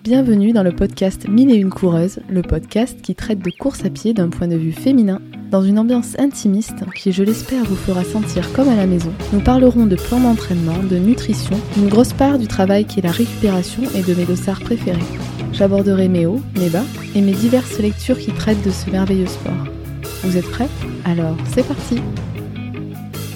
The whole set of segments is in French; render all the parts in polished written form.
Bienvenue dans le podcast 1001 coureuses, le podcast qui traite de course à pied d'un point de vue féminin, dans une ambiance intimiste qui, je l'espère, vous fera sentir comme à la maison. Nous parlerons de plan d'entraînement, de nutrition, une grosse part du travail qui est la récupération et de mes dossards préférés. J'aborderai mes hauts, mes bas et mes diverses lectures qui traitent de ce merveilleux sport. Vous êtes prêts ? Alors, c'est parti ! Hello !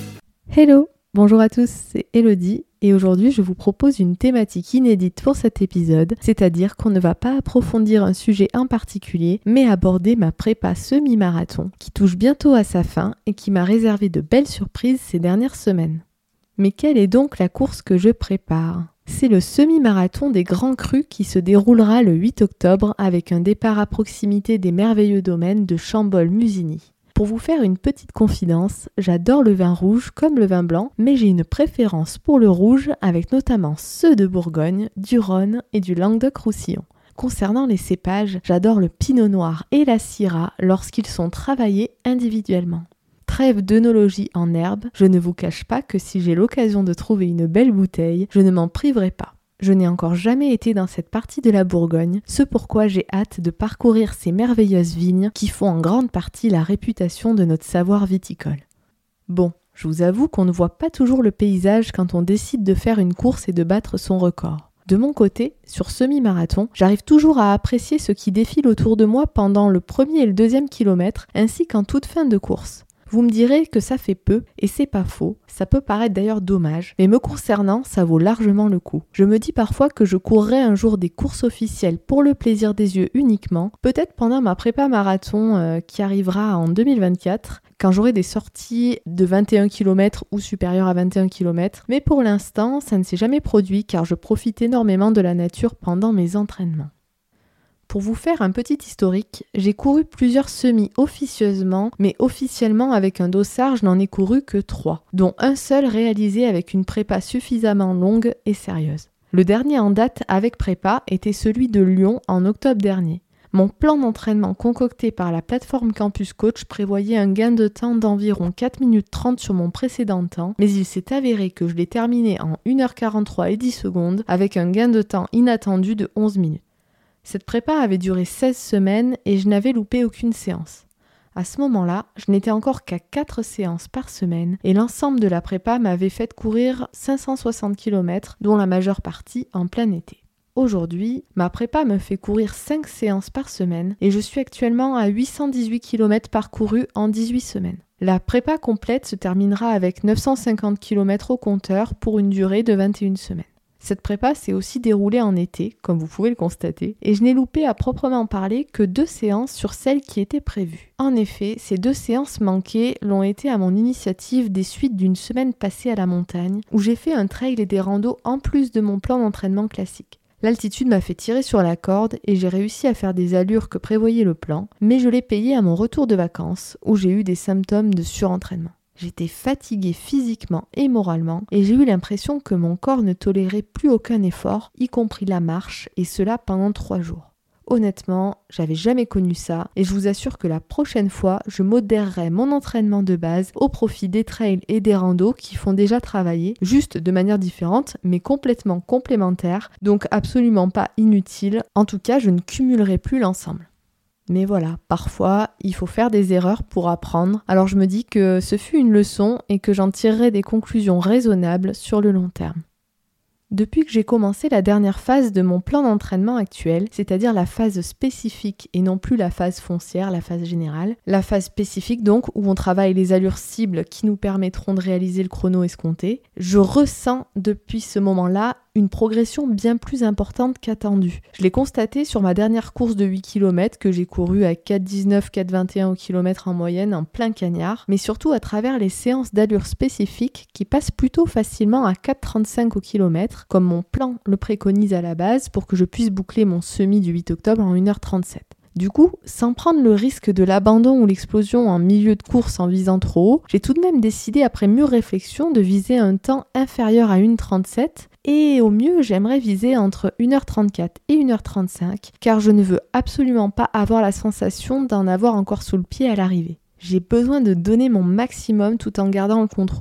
Bonjour à tous, c'est Elodie et aujourd'hui je vous propose une thématique inédite pour cet épisode, c'est-à-dire qu'on ne va pas approfondir un sujet en particulier, mais aborder ma prépa semi-marathon qui touche bientôt à sa fin et qui m'a réservé de belles surprises ces dernières semaines. Mais quelle est donc la course que je prépare ? C'est le semi-marathon des Grands Crus qui se déroulera le 8 octobre avec un départ à proximité des merveilleux domaines de Chambol-Musigny. Pour vous faire une petite confidence, j'adore le vin rouge comme le vin blanc, mais j'ai une préférence pour le rouge avec notamment ceux de Bourgogne, du Rhône et du Languedoc-Roussillon. Concernant les cépages, j'adore le pinot noir et la syrah lorsqu'ils sont travaillés individuellement. Trêve d'œnologie en herbe, je ne vous cache pas que si j'ai l'occasion de trouver une belle bouteille, je ne m'en priverai pas. Je n'ai encore jamais été dans cette partie de la Bourgogne, ce pourquoi j'ai hâte de parcourir ces merveilleuses vignes qui font en grande partie la réputation de notre savoir viticole. Bon, je vous avoue qu'on ne voit pas toujours le paysage quand on décide de faire une course et de battre son record. De mon côté, sur semi-marathon, j'arrive toujours à apprécier ce qui défile autour de moi pendant le premier et le deuxième kilomètre, ainsi qu'en toute fin de course. Vous me direz que ça fait peu, et c'est pas faux, ça peut paraître d'ailleurs dommage, mais me concernant, ça vaut largement le coup. Je me dis parfois que je courrai un jour des courses officielles pour le plaisir des yeux uniquement, peut-être pendant ma prépa marathon qui arrivera en 2024, quand j'aurai des sorties de 21 km ou supérieures à 21 km, mais pour l'instant, ça ne s'est jamais produit car je profite énormément de la nature pendant mes entraînements. Pour vous faire un petit historique, j'ai couru plusieurs semis officieusement, mais officiellement avec un dossard, je n'en ai couru que 3, dont un seul réalisé avec une prépa suffisamment longue et sérieuse. Le dernier en date avec prépa était celui de Lyon en octobre dernier. Mon plan d'entraînement concocté par la plateforme Campus Coach prévoyait un gain de temps d'environ 4 minutes 30 sur mon précédent temps, mais il s'est avéré que je l'ai terminé en 1h43 et 10 secondes avec un gain de temps inattendu de 11 minutes. Cette prépa avait duré 16 semaines et je n'avais loupé aucune séance. À ce moment-là, je n'étais encore qu'à 4 séances par semaine et l'ensemble de la prépa m'avait fait courir 560 km, dont la majeure partie en plein été. Aujourd'hui, ma prépa me fait courir 5 séances par semaine et je suis actuellement à 818 km parcourus en 18 semaines. La prépa complète se terminera avec 950 km au compteur pour une durée de 21 semaines. Cette prépa s'est aussi déroulée en été, comme vous pouvez le constater, et je n'ai loupé à proprement parler que 2 séances sur celles qui étaient prévues. En effet, ces 2 séances manquées l'ont été à mon initiative des suites d'une semaine passée à la montagne, où j'ai fait un trail et des randos en plus de mon plan d'entraînement classique. L'altitude m'a fait tirer sur la corde et j'ai réussi à faire des allures que prévoyait le plan, mais je l'ai payé à mon retour de vacances, où j'ai eu des symptômes de surentraînement. J'étais fatiguée physiquement et moralement et j'ai eu l'impression que mon corps ne tolérait plus aucun effort, y compris la marche, et cela pendant 3 jours. Honnêtement, j'avais jamais connu ça et je vous assure que la prochaine fois, je modérerai mon entraînement de base au profit des trails et des randos qui font déjà travailler, juste de manière différente, mais complètement complémentaire, donc absolument pas inutile. En tout cas, je ne cumulerai plus l'ensemble. Mais voilà, parfois, il faut faire des erreurs pour apprendre. Alors je me dis que ce fut une leçon et que j'en tirerai des conclusions raisonnables sur le long terme. Depuis que j'ai commencé la dernière phase de mon plan d'entraînement actuel, c'est-à-dire la phase spécifique et non plus la phase foncière, la phase générale, la phase spécifique donc où on travaille les allures cibles qui nous permettront de réaliser le chrono escompté, je ressens depuis ce moment-là une progression bien plus importante qu'attendue. Je l'ai constaté sur ma dernière course de 8 km que j'ai couru à 4,19, 4,21 au kilomètre en moyenne en plein cagnard, mais surtout à travers les séances d'allure spécifiques qui passent plutôt facilement à 4,35 au kilomètre, comme mon plan le préconise à la base pour que je puisse boucler mon semi du 8 octobre en 1h37. Du coup, sans prendre le risque de l'abandon ou l'explosion en milieu de course en visant trop haut, j'ai tout de même décidé après mûre réflexion de viser un temps inférieur à 1h37 et au mieux j'aimerais viser entre 1h34 et 1h35 car je ne veux absolument pas avoir la sensation d'en avoir encore sous le pied à l'arrivée. J'ai besoin de donner mon maximum tout en gardant le contrôle.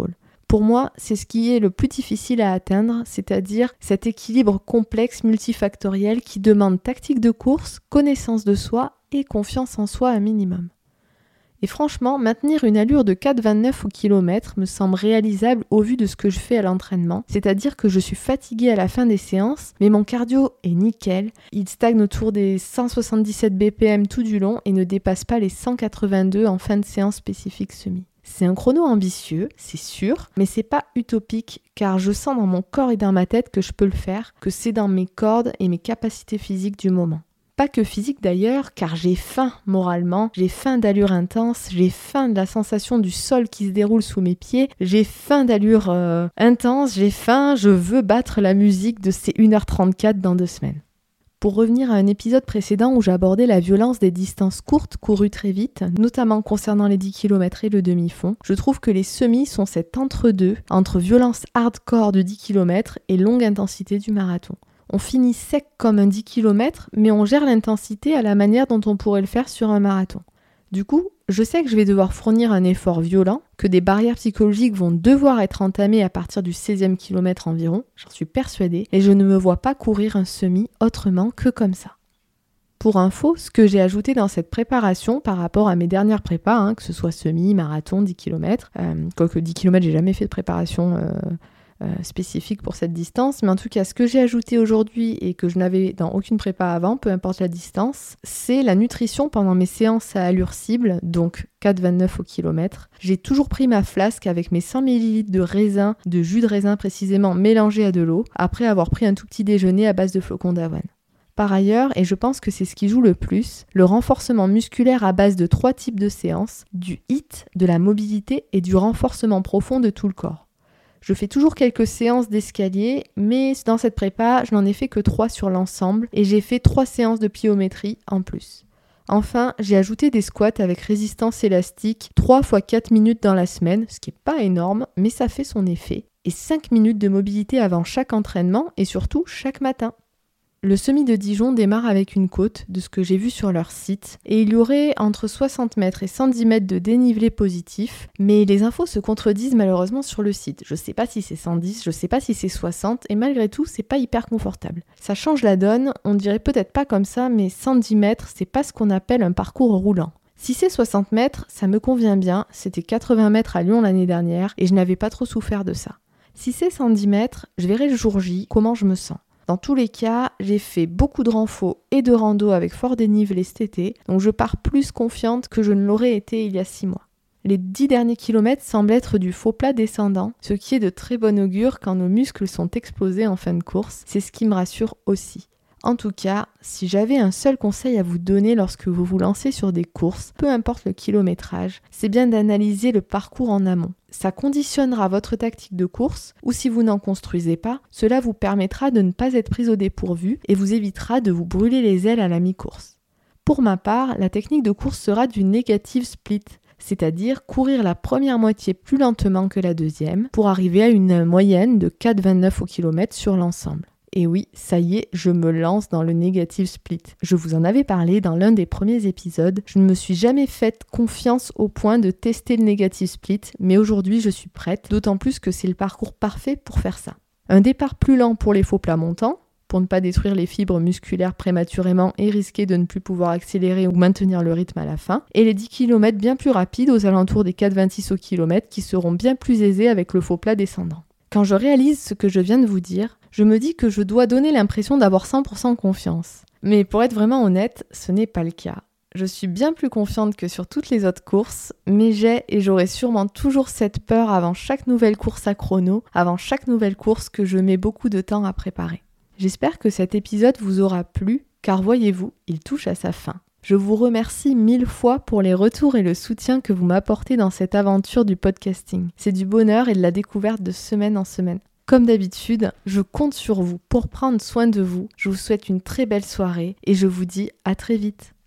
Pour moi, c'est ce qui est le plus difficile à atteindre, c'est-à-dire cet équilibre complexe multifactoriel qui demande tactique de course, connaissance de soi et confiance en soi un minimum. Et franchement, maintenir une allure de 4,29 au kilomètre me semble réalisable au vu de ce que je fais à l'entraînement, c'est-à-dire que je suis fatiguée à la fin des séances, mais mon cardio est nickel, il stagne autour des 177 BPM tout du long et ne dépasse pas les 182 en fin de séance spécifique semi. C'est un chrono ambitieux, c'est sûr, mais c'est pas utopique car je sens dans mon corps et dans ma tête que je peux le faire, que c'est dans mes cordes et mes capacités physiques du moment. Pas que physique d'ailleurs, car j'ai faim moralement, j'ai faim d'allure intense, j'ai faim de la sensation du sol qui se déroule sous mes pieds, j'ai faim d'allure intense, j'ai faim, je veux battre la musique de ces 1h34 dans 2 semaines. Pour revenir à un épisode précédent où j'abordais la violence des distances courtes courues très vite, notamment concernant les 10 km et le demi-fond, je trouve que les semis sont cet entre-deux entre violence hardcore de 10 km et longue intensité du marathon. On finit sec comme un 10 km, mais on gère l'intensité à la manière dont on pourrait le faire sur un marathon. Du coup, je sais que je vais devoir fournir un effort violent, que des barrières psychologiques vont devoir être entamées à partir du 16e kilomètre environ, j'en suis persuadée, et je ne me vois pas courir un semi autrement que comme ça. Pour info, ce que j'ai ajouté dans cette préparation par rapport à mes dernières prépas, que ce soit semi, marathon, 10 km, quoique 10 km j'ai jamais fait de préparation spécifique pour cette distance, mais en tout cas ce que j'ai ajouté aujourd'hui et que je n'avais dans aucune prépa avant, peu importe la distance, c'est la nutrition pendant mes séances à allure cible, donc 4,29 au kilomètre. J'ai toujours pris ma flasque avec mes 100 ml de raisin, de jus de raisin précisément mélangé à de l'eau, après avoir pris un tout petit déjeuner à base de flocons d'avoine. Par ailleurs, et je pense que c'est ce qui joue le plus, le renforcement musculaire à base de 3 types de séances, du HIIT, de la mobilité et du renforcement profond de tout le corps. Je fais toujours quelques séances d'escalier, mais dans cette prépa, je n'en ai fait que 3 sur l'ensemble et j'ai fait 3 séances de pliométrie en plus. Enfin, j'ai ajouté des squats avec résistance élastique 3 x 4 minutes dans la semaine, ce qui n'est pas énorme, mais ça fait son effet, et 5 minutes de mobilité avant chaque entraînement et surtout chaque matin. Le semi de Dijon démarre avec une côte, de ce que j'ai vu sur leur site, et il y aurait entre 60 mètres et 110 mètres de dénivelé positif, mais les infos se contredisent malheureusement sur le site. Je sais pas si c'est 110, je sais pas si c'est 60, et malgré tout, c'est pas hyper confortable. Ça change la donne, on dirait peut-être pas comme ça, mais 110 mètres, c'est pas ce qu'on appelle un parcours roulant. Si c'est 60 mètres, ça me convient bien, c'était 80 mètres à Lyon l'année dernière, et je n'avais pas trop souffert de ça. Si c'est 110 mètres, je verrai le jour J comment je me sens. Dans tous les cas, j'ai fait beaucoup de renfo et de rando avec fort dénivelé cet été, donc je pars plus confiante que je ne l'aurais été il y a 6 mois. Les 10 derniers kilomètres semblent être du faux plat descendant, ce qui est de très bon augure quand nos muscles sont explosés en fin de course, c'est ce qui me rassure aussi. En tout cas, si j'avais un seul conseil à vous donner lorsque vous vous lancez sur des courses, peu importe le kilométrage, c'est bien d'analyser le parcours en amont. Ça conditionnera votre tactique de course, ou si vous n'en construisez pas, cela vous permettra de ne pas être pris au dépourvu et vous évitera de vous brûler les ailes à la mi-course. Pour ma part, la technique de course sera du negative split, c'est-à-dire courir la première moitié plus lentement que la deuxième pour arriver à une moyenne de 4,29 au kilomètre sur l'ensemble. Et oui, ça y est, je me lance dans le negative split. Je vous en avais parlé dans l'un des premiers épisodes. Je ne me suis jamais faite confiance au point de tester le negative split, mais aujourd'hui je suis prête, d'autant plus que c'est le parcours parfait pour faire ça. Un départ plus lent pour les faux plats montants, pour ne pas détruire les fibres musculaires prématurément et risquer de ne plus pouvoir accélérer ou maintenir le rythme à la fin, et les 10 km bien plus rapides aux alentours des 4,26 au kilomètre qui seront bien plus aisés avec le faux plat descendant. Quand je réalise ce que je viens de vous dire, je me dis que je dois donner l'impression d'avoir 100% confiance. Mais pour être vraiment honnête, ce n'est pas le cas. Je suis bien plus confiante que sur toutes les autres courses, mais j'ai et j'aurai sûrement toujours cette peur avant chaque nouvelle course à chrono, avant chaque nouvelle course que je mets beaucoup de temps à préparer. J'espère que cet épisode vous aura plu, car voyez-vous, il touche à sa fin. Je vous remercie 1000 fois pour les retours et le soutien que vous m'apportez dans cette aventure du podcasting. C'est du bonheur et de la découverte de semaine en semaine. Comme d'habitude, je compte sur vous pour prendre soin de vous. Je vous souhaite une très belle soirée et je vous dis à très vite.